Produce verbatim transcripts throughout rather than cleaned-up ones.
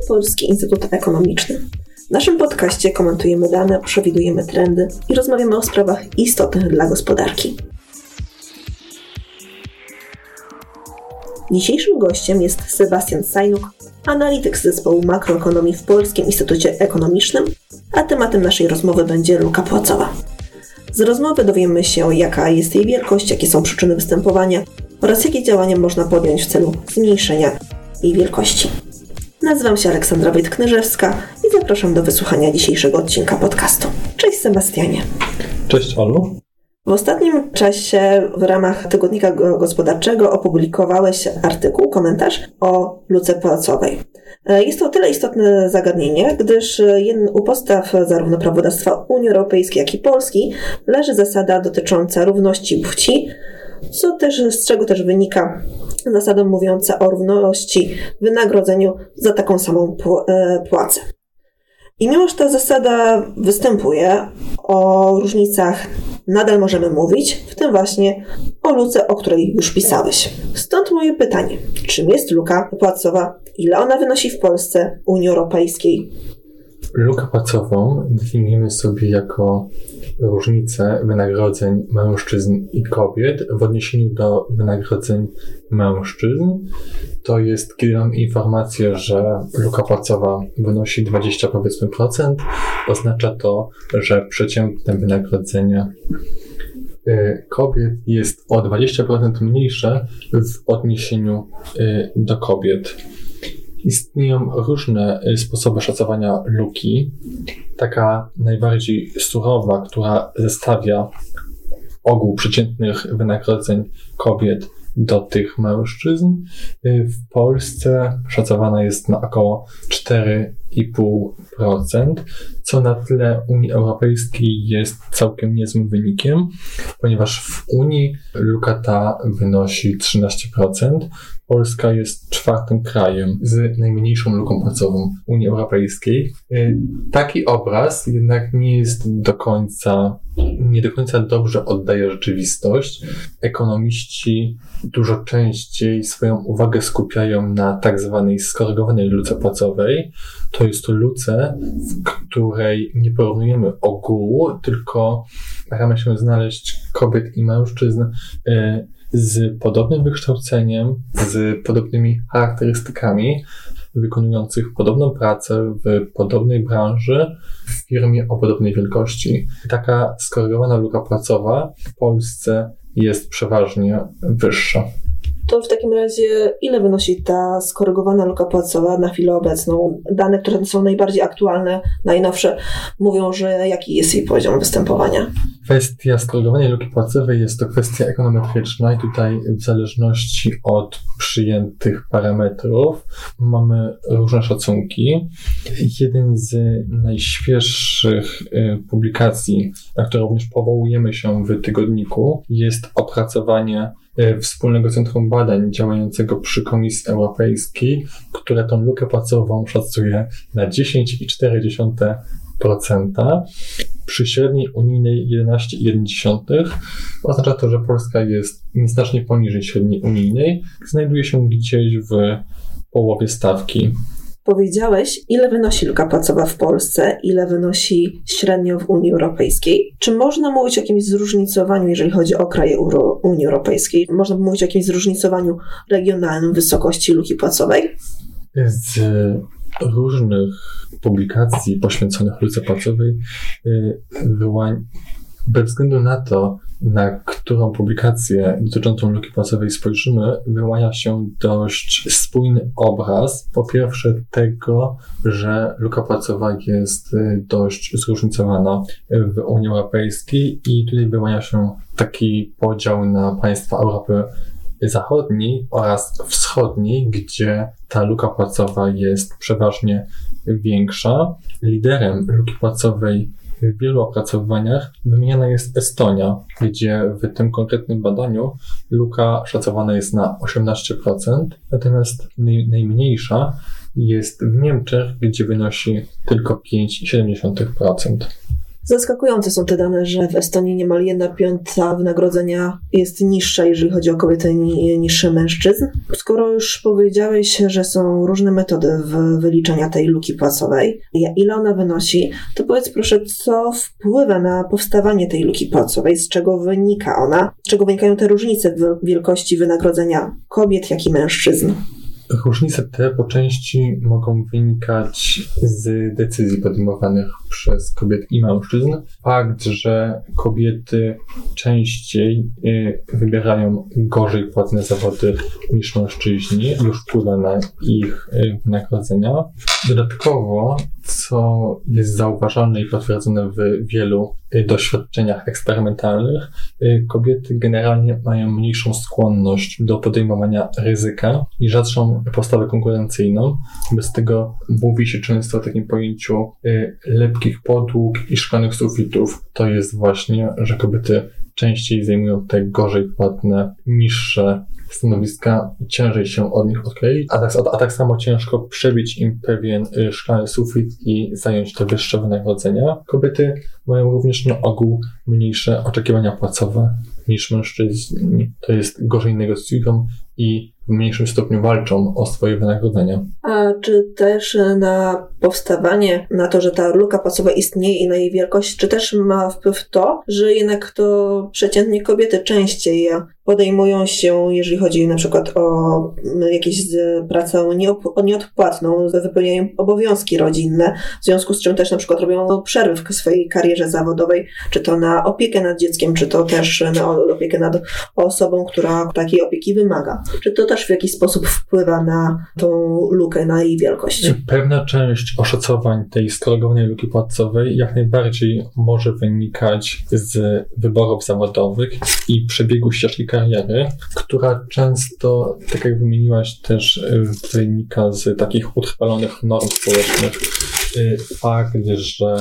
Polski Instytut Ekonomiczny. W naszym podcaście komentujemy dane, przewidujemy trendy i rozmawiamy o sprawach istotnych dla gospodarki. Dzisiejszym gościem jest Sebastian Sajnuk, analityk z zespołu makroekonomii w Polskim Instytucie Ekonomicznym, a tematem naszej rozmowy będzie luka płacowa. Z rozmowy dowiemy się, jaka jest jej wielkość, jakie są przyczyny występowania oraz jakie działania można podjąć w celu zmniejszenia jej wielkości. Nazywam się Aleksandra Wojt-Knyżewska i zapraszam do wysłuchania dzisiejszego odcinka podcastu. Cześć Sebastianie. Cześć Olu. W ostatnim czasie w ramach Tygodnika Gospodarczego opublikowałeś artykuł, komentarz o luce płacowej. Jest to o tyle istotne zagadnienie, gdyż u podstaw zarówno prawodawstwa Unii Europejskiej, jak i Polski leży zasada dotycząca równości płci, co też, z czego też wynika zasada mówiąca o równości w wynagrodzeniu za taką samą płacę. I mimo że ta zasada występuje, o różnicach nadal możemy mówić, w tym właśnie o luce, o której już pisałeś. Stąd moje pytanie, czym jest luka płacowa, ile ona wynosi w Polsce, Unii Europejskiej? Lukę płacową definiujemy sobie jako różnicę wynagrodzeń mężczyzn i kobiet w odniesieniu do wynagrodzeń mężczyzn. To jest, kiedy mam informację, że luka płacowa wynosi dwadzieścia powiedzmy procent, oznacza to, że przeciętne wynagrodzenie kobiet jest o dwadzieścia procent mniejsze w odniesieniu do kobiet. Istnieją różne sposoby szacowania luki. Taka najbardziej surowa, która zestawia ogół przeciętnych wynagrodzeń kobiet do tych mężczyzn, w Polsce szacowana jest na około cztery i pół procent, co na tle Unii Europejskiej jest całkiem niezłym wynikiem, ponieważ w Unii luka ta wynosi trzynaście procent. Polska jest czwartym krajem z najmniejszą luką płacową Unii Europejskiej. Taki obraz jednak nie jest do końca, nie do końca dobrze oddaje rzeczywistość. Ekonomiści dużo częściej swoją uwagę skupiają na tak zwanej skorygowanej luce płacowej. To jest to luce, w której nie porównujemy ogółu, tylko staramy się znaleźć kobiet i mężczyzn z podobnym wykształceniem, z podobnymi charakterystykami, wykonujących podobną pracę w podobnej branży, w firmie o podobnej wielkości. Taka skorygowana luka płacowa w Polsce jest przeważnie wyższa. To w takim razie ile wynosi ta skorygowana luka płacowa na chwilę obecną? Dane, które są najbardziej aktualne, najnowsze, mówią, że jaki jest jej poziom występowania? Kwestia skorygowanej luki płacowej jest to kwestia ekonometryczna i tutaj w zależności od przyjętych parametrów mamy różne szacunki. Jeden z najświeższych publikacji, na które również powołujemy się w tygodniku, jest opracowanie Wspólnego Centrum Badań działającego przy Komisji Europejskiej, które tą lukę płacową szacuje na dziesięć przecinek cztery procent, przy średniej unijnej jedenaście przecinek jeden. Oznacza to, że Polska jest nieznacznie poniżej średniej unijnej, znajduje się gdzieś w połowie stawki. Powiedziałeś, ile wynosi luka płacowa w Polsce, ile wynosi średnio w Unii Europejskiej. Czy można mówić o jakimś zróżnicowaniu, jeżeli chodzi o kraje Euro- Unii Europejskiej? Można mówić o jakimś zróżnicowaniu regionalnym wysokości luki płacowej? Z różnych publikacji poświęconych luce płacowej wyłań... bez względu na to, na którą publikację dotyczącą luki płacowej spojrzymy, wyłania się dość spójny obraz. Po pierwsze tego, że luka płacowa jest dość zróżnicowana w Unii Europejskiej i tutaj wyłania się taki podział na państwa Europy Zachodniej oraz Wschodniej, gdzie ta luka płacowa jest przeważnie większa. Liderem luki płacowej w wielu opracowaniach wymieniana jest Estonia, gdzie w tym konkretnym badaniu luka szacowana jest na osiemnaście procent, natomiast naj, najmniejsza jest w Niemczech, gdzie wynosi tylko pięć przecinek siedem procent. Zaskakujące są te dane, że w Estonii niemal jedna piąta wynagrodzenia jest niższa, jeżeli chodzi o kobiety niż mężczyzn. Skoro już powiedziałeś, że są różne metody w wyliczania tej luki płacowej, ile ona wynosi, to powiedz proszę, co wpływa na powstawanie tej luki płacowej, z czego wynika ona, z czego wynikają te różnice w wielkości wynagrodzenia kobiet, jak i mężczyzn? Różnice te po części mogą wynikać z decyzji podejmowanych przez kobiety i mężczyzn. Fakt, że kobiety częściej wybierają gorzej płatne zawody niż mężczyźni, już wpływa na ich wynagrodzenia. Dodatkowo, co jest zauważalne i potwierdzone w wielu doświadczeniach eksperymentalnych, kobiety generalnie mają mniejszą skłonność do podejmowania ryzyka i rzadszą postawę konkurencyjną. Bez tego mówi się często o takim pojęciu lepkich podłóg i szklanych sufitów. To jest właśnie, że kobiety częściej zajmują te gorzej płatne, niższe stanowiska, ciężej się od nich odkleić, a tak, a tak samo ciężko przebić im pewien szklany sufit i zająć te wyższe wynagrodzenia. Kobiety mają również na ogół mniejsze oczekiwania płacowe niż mężczyźni. To jest gorzej negocjują i w mniejszym stopniu walczą o swoje wynagrodzenia. A czy też na powstawanie, na to, że ta luka płacowa istnieje i na jej wielkość, czy też ma wpływ to, że jednak to przeciętnie kobiety częściej podejmują się, jeżeli chodzi na przykład o jakąś pracę nieop- nieodpłatną, wypełniają obowiązki rodzinne, w związku z czym też na przykład robią przerwy w swojej karierze zawodowej, czy to na opiekę nad dzieckiem, czy to też na opiekę nad osobą, która takiej opieki wymaga. Czy to też w jakiś sposób wpływa na tą lukę, na jej wielkość? Pewna część oszacowań tej skorygowanej luki płacowej jak najbardziej może wynikać z wyborów zawodowych i przebiegu ścieżki kariery, która często, tak jak wymieniłaś, też wynika z takich utrwalonych norm społecznych. Fakt, że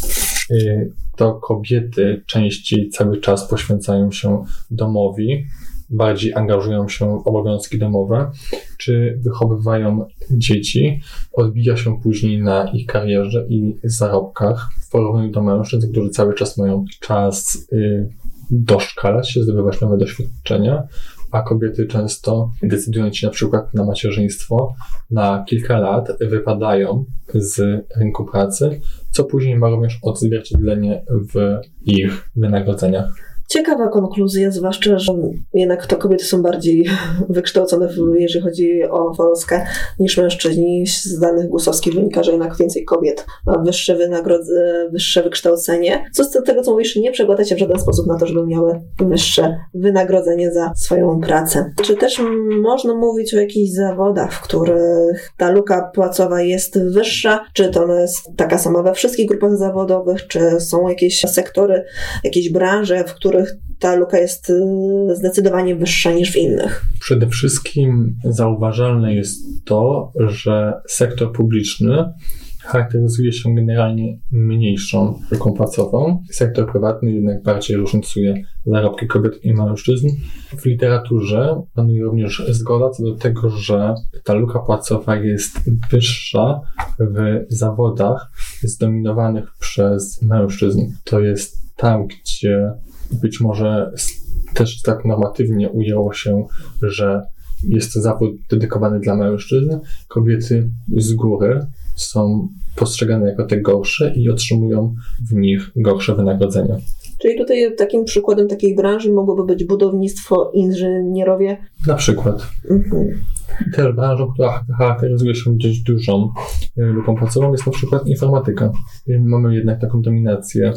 to kobiety częściej cały czas poświęcają się domowi, bardziej angażują się w obowiązki domowe, czy wychowywają dzieci, odbija się później na ich karierze i zarobkach w porównaniu do mężczyzn, którzy cały czas mają czas y, doszkalać się, zdobywać nowe doświadczenia, a kobiety często decydując się na przykład na macierzyństwo, na kilka lat wypadają z rynku pracy, co później ma również odzwierciedlenie w ich wynagrodzeniach. Ciekawa konkluzja, zwłaszcza, że jednak to kobiety są bardziej wykształcone, jeżeli chodzi o Polskę, niż mężczyźni. Z danych gusowskich wynika, że jednak więcej kobiet ma wyższe wynagrodzenie, wyższe wykształcenie. Co z tego, co mówisz, nie przekłada się w żaden sposób na to, żeby miały wyższe wynagrodzenie za swoją pracę. Czy też można mówić o jakichś zawodach, w których ta luka płacowa jest wyższa? Czy to ona jest taka sama we wszystkich grupach zawodowych? Czy są jakieś sektory, jakieś branże, w których ta luka jest zdecydowanie wyższa niż w innych? Przede wszystkim zauważalne jest to, że sektor publiczny charakteryzuje się generalnie mniejszą luką płacową. Sektor prywatny jednak bardziej różnicuje zarobki kobiet i mężczyzn. W literaturze panuje również zgoda co do tego, że ta luka płacowa jest wyższa w zawodach zdominowanych przez mężczyzn. To jest tam, gdzie być może też tak normatywnie ujęło się, że jest to zawód dedykowany dla mężczyzn. Kobiety z góry są postrzegane jako te gorsze i otrzymują w nich gorsze wynagrodzenia. Czyli tutaj takim przykładem takiej branży mogłoby być budownictwo, inżynierowie? Na przykład. Mhm. Też branżą, która charakteryzuje się dość dużą luką płacową, jest na przykład informatyka. Mamy jednak taką dominację,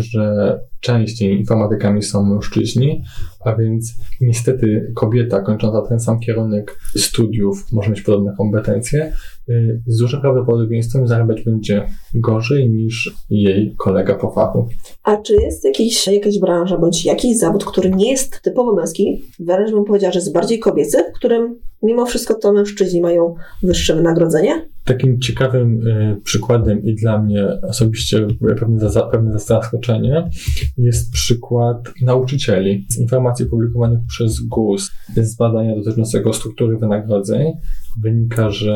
że częściej informatykami są mężczyźni, a więc niestety kobieta kończąca ten sam kierunek studiów może mieć podobne kompetencje, z dużym prawdopodobieństwem zarabiać będzie gorzej niż jej kolega po fachu. A czy jest jakiś, jakaś branża bądź jakiś zawód, który nie jest typowo męski, wręcz bym powiedziała, że jest bardziej kobiecy, w którym mimo wszystko to mężczyźni mają wyższe wynagrodzenie? Takim ciekawym y, przykładem i dla mnie osobiście pewne, za, pewne zaskoczenie jest przykład nauczycieli. Z informacji publikowanych przez G U S z badania dotyczącego struktury wynagrodzeń wynika, że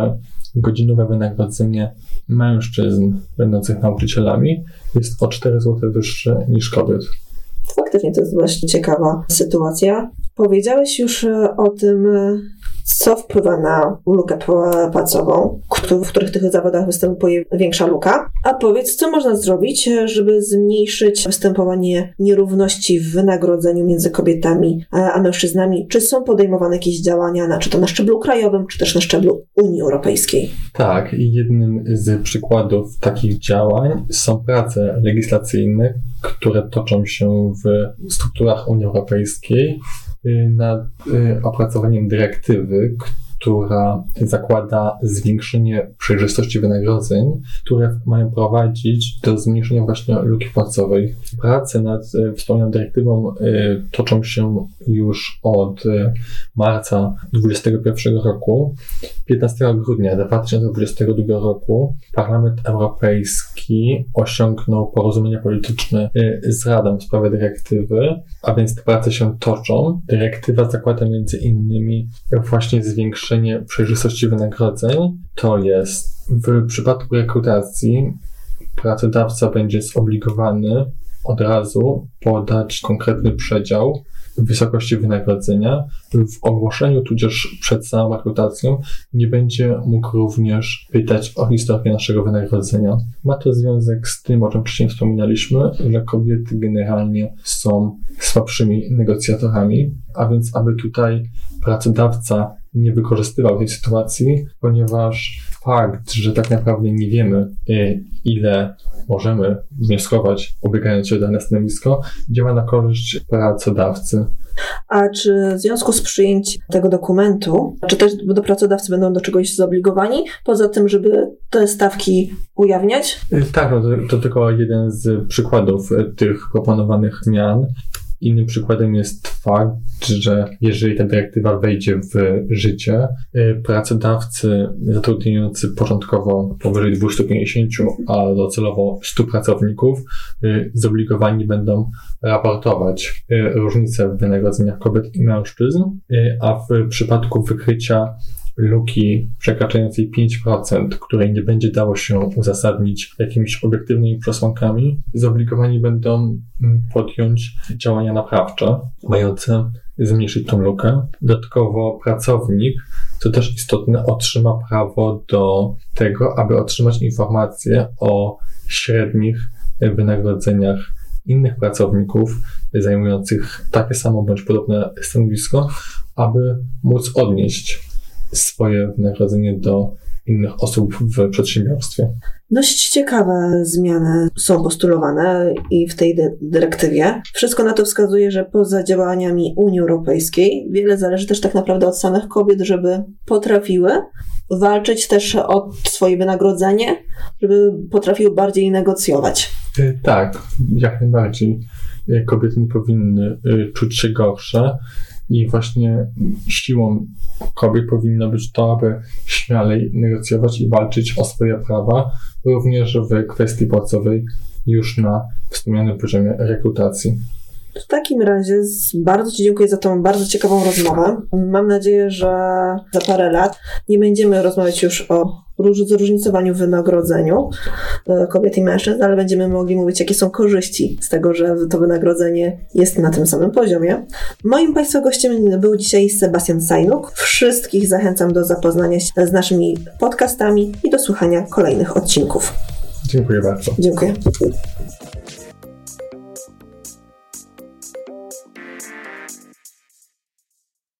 godzinowe wynagrodzenie mężczyzn będących nauczycielami jest o cztery złote wyższe niż kobiet. Faktycznie to jest właśnie ciekawa sytuacja. Powiedziałeś już o tym, co wpływa na lukę płacową, w których tych zawodach występuje większa luka. A powiedz, co można zrobić, żeby zmniejszyć występowanie nierówności w wynagrodzeniu między kobietami a mężczyznami? Czy są podejmowane jakieś działania, na, czy to na szczeblu krajowym, czy też na szczeblu Unii Europejskiej? Tak, i jednym z przykładów takich działań są prace legislacyjne, które toczą się w strukturach Unii Europejskiej nad opracowaniem dyrektywy, która zakłada zwiększenie przejrzystości wynagrodzeń, które mają prowadzić do zmniejszenia właśnie luki płacowej. Prace nad wspomnianą dyrektywą toczą się już od marca dwudziestego pierwszego roku. piętnastego grudnia dwa tysiące dwudziestego drugiego roku Parlament Europejski osiągnął porozumienie polityczne z Radą w sprawie dyrektywy, a więc te prace się toczą. Dyrektywa zakłada między innymi właśnie zwiększenie przejrzystości wynagrodzeń, to jest w przypadku rekrutacji pracodawca będzie zobligowany od razu podać konkretny przedział wysokości wynagrodzenia. W ogłoszeniu, tudzież przed samą rekrutacją, nie będzie mógł również pytać o historię naszego wynagrodzenia. Ma to związek z tym, o czym wcześniej wspominaliśmy, że kobiety generalnie są słabszymi negocjatorami, a więc aby tutaj pracodawca nie wykorzystywał tej sytuacji, ponieważ fakt, że tak naprawdę nie wiemy, ile możemy wnioskować, ubiegając się o dane stanowisko, działa na korzyść pracodawcy. A czy w związku z przyjęciem tego dokumentu, czy też do pracodawcy będą do czegoś zobligowani, poza tym, żeby te stawki ujawniać? Tak, no to, to tylko jeden z przykładów tych proponowanych zmian. Innym przykładem jest fakt, że jeżeli ta dyrektywa wejdzie w życie, pracodawcy zatrudniający początkowo powyżej dwieście pięćdziesiąt, a docelowo stu pracowników zobligowani będą raportować różnice w wynagrodzeniach kobiet i mężczyzn, a w przypadku wykrycia luki przekraczającej pięć procent, której nie będzie dało się uzasadnić jakimiś obiektywnymi przesłankami, zobligowani będą podjąć działania naprawcze mające zmniejszyć tą lukę. Dodatkowo pracownik, co też istotne, otrzyma prawo do tego, aby otrzymać informacje o średnich wynagrodzeniach innych pracowników zajmujących takie samo bądź podobne stanowisko, aby móc odnieść swoje wynagrodzenie do innych osób w przedsiębiorstwie. Dość ciekawe zmiany są postulowane i w tej dy- dyrektywie. Wszystko na to wskazuje, że poza działaniami Unii Europejskiej wiele zależy też tak naprawdę od samych kobiet, żeby potrafiły walczyć też o swoje wynagrodzenie, żeby potrafiły bardziej negocjować. Tak, jak najbardziej. Kobiety nie powinny czuć się gorsze. I właśnie siłą kobiet powinno być to, aby śmielej negocjować i walczyć o swoje prawa, również w kwestii płacowej już na wspomnianym poziomie rekrutacji. W takim razie bardzo Ci dziękuję za tą bardzo ciekawą rozmowę. Mam nadzieję, że za parę lat nie będziemy rozmawiać już o zróżnicowaniu w wynagrodzeniu kobiet i mężczyzn, ale będziemy mogli mówić, jakie są korzyści z tego, że to wynagrodzenie jest na tym samym poziomie. Moim Państwa gościem był dzisiaj Sebastian Sajnuk. Wszystkich zachęcam do zapoznania się z naszymi podcastami i do słuchania kolejnych odcinków. Dziękuję bardzo. Dziękuję.